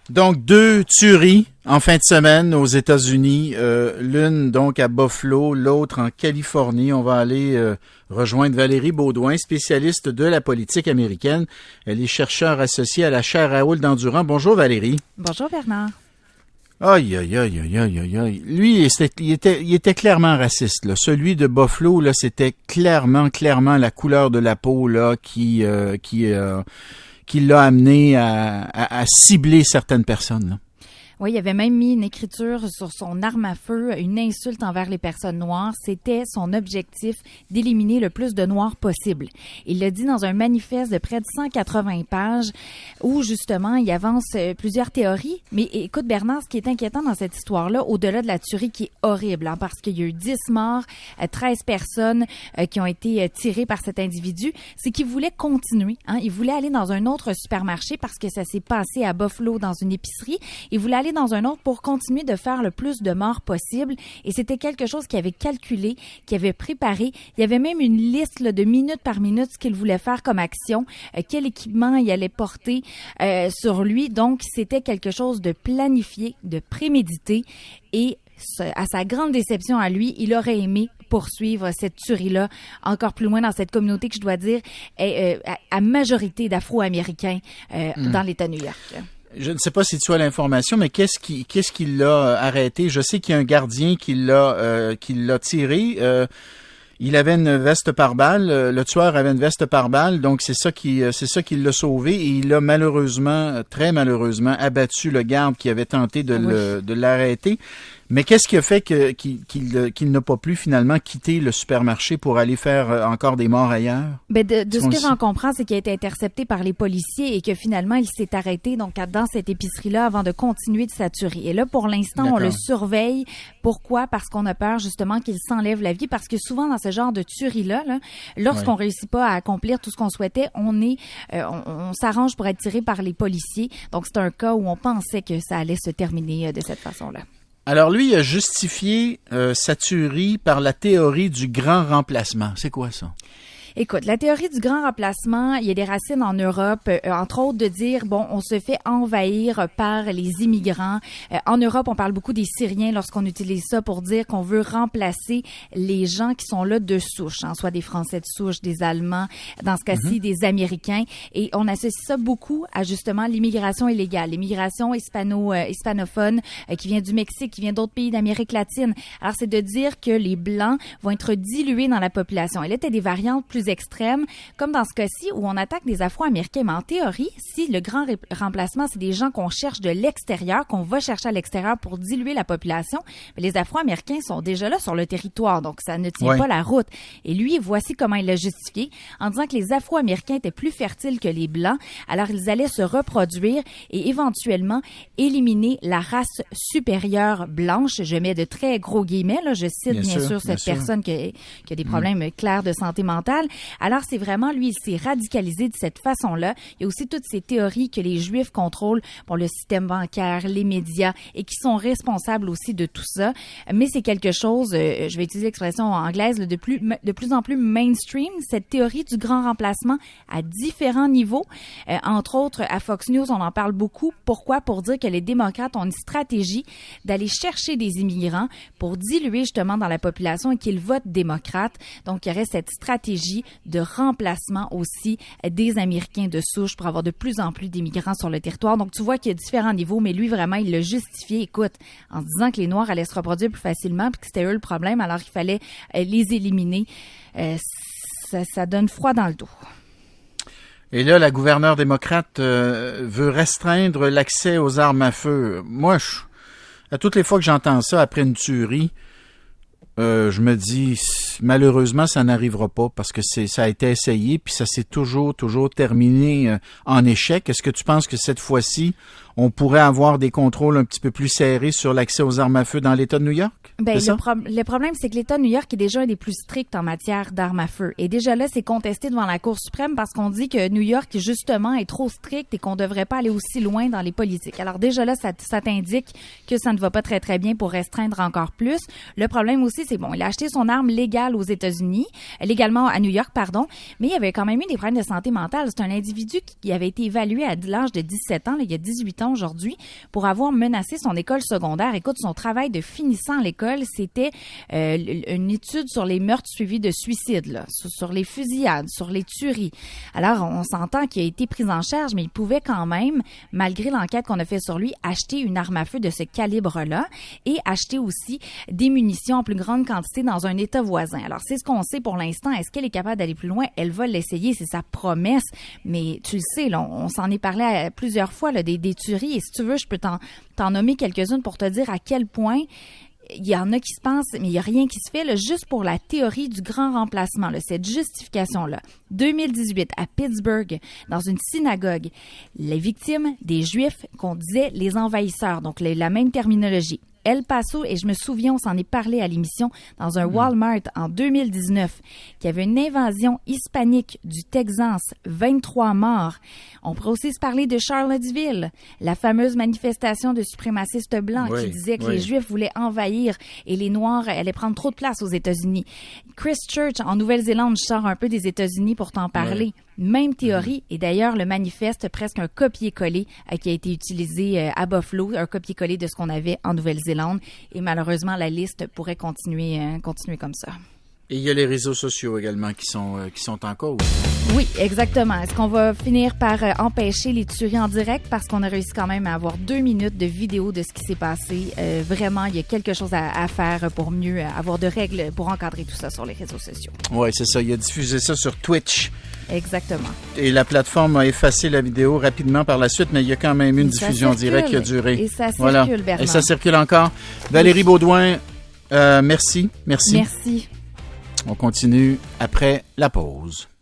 Donc, 2 tueries en fin de semaine aux États-Unis. L'une, donc, à Buffalo, l'autre en Californie. On va aller rejoindre Valérie Beaudoin, spécialiste de la politique américaine. Elle est chercheure associée à la chaire Raoul d'Endurant. Bonjour, Valérie. Bonjour, Bernard. Aïe, aïe, aïe, aïe, aïe, aïe. Lui, il était clairement raciste, là. Celui de Buffalo, là, c'était clairement la couleur de la peau, là, qui l'a amené à cibler certaines personnes, là. Oui, il avait même mis une écriture sur son arme à feu, une insulte envers les personnes noires. C'était son objectif d'éliminer le plus de Noirs possible. Il l'a dit dans un manifeste de près de 180 pages où, justement, il avance plusieurs théories. Mais écoute, Bernard, ce qui est inquiétant dans cette histoire-là, au-delà de la tuerie qui est horrible, hein, parce qu'il y a eu 10 morts, 13 personnes qui ont été tirées par cet individu, c'est qu'il voulait continuer. Hein. Il voulait aller dans un autre supermarché parce que ça s'est passé à Buffalo dans une épicerie. Il voulait aller dans un autre pour continuer de faire le plus de morts possible. Et c'était quelque chose qu'il avait calculé, qu'il avait préparé. Il y avait même une liste là, de minute par minute ce qu'il voulait faire comme action, quel équipement il allait porter sur lui. Donc, c'était quelque chose de planifié, de prémédité. Et à sa grande déception à lui, il aurait aimé poursuivre cette tuerie-là encore plus loin dans cette communauté que je dois dire est à majorité d'Afro-Américains dans l'État de New York. Je ne sais pas si tu as l'information, mais qu'est-ce qui l'a arrêté? Je sais qu'il y a un gardien qui l'a tiré. Il avait une veste par balle. Le tueur avait une veste par balle, donc c'est ça qui l'a sauvé. Et il a malheureusement, très malheureusement, abattu le garde qui avait tenté de l'arrêter. Mais qu'est-ce qui a fait qu'il n'a pas pu finalement quitter le supermarché pour aller faire encore des morts ailleurs? Ben de ce que j'en comprends, c'est qu'il a été intercepté par les policiers et que finalement, il s'est arrêté donc dans cette épicerie-là avant de continuer de sa tuerie. Et là, pour l'instant, D'accord. On le surveille. Pourquoi? Parce qu'on a peur justement qu'il s'enlève la vie. Parce que souvent, dans ce genre de tuerie-là, lorsqu'on réussit pas à accomplir tout ce qu'on souhaitait, on s'arrange pour être tiré par les policiers. Donc, c'est un cas où on pensait que ça allait se terminer de cette façon-là. Alors lui, il a justifié sa tuerie par la théorie du grand remplacement. C'est quoi ça? Écoute, la théorie du grand remplacement, il y a des racines en Europe, entre autres de dire, bon, on se fait envahir par les immigrants. En Europe, on parle beaucoup des Syriens lorsqu'on utilise ça pour dire qu'on veut remplacer les gens qui sont là de souche, hein, soit des Français de souche, des Allemands, dans ce cas-ci, des Américains. Et on associe ça beaucoup à justement l'immigration illégale, l'immigration hispanophone qui vient du Mexique, qui vient d'autres pays d'Amérique latine. Alors, c'est de dire que les Blancs vont être dilués dans la population. Et là, t'as des variantes plus extrêmes, comme dans ce cas-ci où on attaque des Afro-Américains. Mais en théorie, si le grand remplacement, c'est des gens qu'on cherche de l'extérieur, qu'on va chercher à l'extérieur pour diluer la population, mais les Afro-Américains sont déjà là sur le territoire, donc ça ne tient pas la route. Et lui, voici comment il l'a justifié, en disant que les Afro-Américains étaient plus fertiles que les Blancs, alors ils allaient se reproduire et éventuellement éliminer la race supérieure blanche. Je mets de très gros guillemets, là, je cite bien sûr cette personne qui a des problèmes clairs de santé mentale. Alors, c'est vraiment, lui, il s'est radicalisé de cette façon-là. Il y a aussi toutes ces théories que les Juifs contrôlent le système bancaire, les médias, et qui sont responsables aussi de tout ça. Mais c'est quelque chose, je vais utiliser l'expression anglaise, de plus en plus mainstream, cette théorie du grand remplacement à différents niveaux. Entre autres, à Fox News, on en parle beaucoup. Pourquoi? Pour dire que les démocrates ont une stratégie d'aller chercher des immigrants pour diluer justement dans la population et qu'ils votent démocrate. Donc, il y aurait cette stratégie de remplacement aussi des Américains de souche pour avoir de plus en plus d'immigrants sur le territoire. Donc, tu vois qu'il y a différents niveaux, mais lui, vraiment, il l'a justifié, écoute, en disant que les Noirs allaient se reproduire plus facilement puis que c'était eux le problème, alors qu'il fallait les éliminer. Ça donne froid dans le dos. Et là, la gouverneure démocrate veut restreindre l'accès aux armes à feu. Moi, à toutes les fois que j'entends ça après une tuerie, je me dis, malheureusement, ça n'arrivera pas parce que ça a été essayé puis ça s'est toujours terminé en échec. Est-ce que tu penses que cette fois-ci, on pourrait avoir des contrôles un petit peu plus serrés sur l'accès aux armes à feu dans l'État de New York? Ben, le problème, c'est que l'État de New York est déjà un des plus stricts en matière d'armes à feu. Et déjà là, c'est contesté devant la Cour suprême parce qu'on dit que New York, justement, est trop strict et qu'on devrait pas aller aussi loin dans les politiques. Alors déjà là, ça t'indique que ça ne va pas très, très bien pour restreindre encore plus. Le problème aussi, c'est il a acheté son arme légale légalement aux États-Unis, légalement à New York, pardon, mais il avait quand même eu des problèmes de santé mentale. C'est un individu qui avait été évalué à l'âge de 17 ans, là, il y a 18 ans aujourd'hui, pour avoir menacé son école secondaire. Écoute, son travail de finissant l'école, c'était une étude sur les meurtres suivis de suicides, là, sur les fusillades, sur les tueries. Alors, on s'entend qu'il a été pris en charge, mais il pouvait quand même, malgré l'enquête qu'on a fait sur lui, acheter une arme à feu de ce calibre-là et acheter aussi des munitions en plus grande quantité dans un État voisin. Alors, c'est ce qu'on sait pour l'instant. Est-ce qu'elle est capable d'aller plus loin? Elle va l'essayer, c'est sa promesse. Mais tu le sais, là, on s'en est parlé plusieurs fois, là, des tueries. Et si tu veux, je peux t'en nommer quelques-unes pour te dire à quel point il y en a qui se pensent, mais il n'y a rien qui se fait, là, juste pour la théorie du grand remplacement, là, cette justification-là. 2018, à Pittsburgh, dans une synagogue, les victimes des Juifs qu'on disait les envahisseurs, donc la même terminologie. El Paso, et je me souviens, on s'en est parlé à l'émission, dans un Walmart en 2019, qu'il y avait une invasion hispanique du Texas, 23 morts. On pourrait aussi se parler de Charlottesville, la fameuse manifestation de suprémacistes blancs qui disait que les Juifs voulaient envahir et les Noirs allaient prendre trop de place aux États-Unis. Christchurch, en Nouvelle-Zélande, je sors un peu des États-Unis pour t'en parler. Même théorie, et d'ailleurs, le manifeste, presque un copier-coller qui a été utilisé à Buffalo, un copier-coller de ce qu'on avait en Nouvelle-Zélande. Et malheureusement, la liste pourrait continuer comme ça. Et il y a les réseaux sociaux également qui sont en cause. Oui, exactement. Est-ce qu'on va finir par empêcher les tueries en direct parce qu'on a réussi quand même à avoir 2 minutes de vidéo de ce qui s'est passé? Vraiment, il y a quelque chose à faire pour mieux avoir de règles pour encadrer tout ça sur les réseaux sociaux. Oui, c'est ça. Il a diffusé ça sur Twitch. Exactement. Et la plateforme a effacé la vidéo rapidement par la suite, mais il y a quand même une diffusion directe qui a duré. Et ça circule, Bernard. Et ça circule encore. Valérie Baudouin, merci. Merci. On continue après la pause.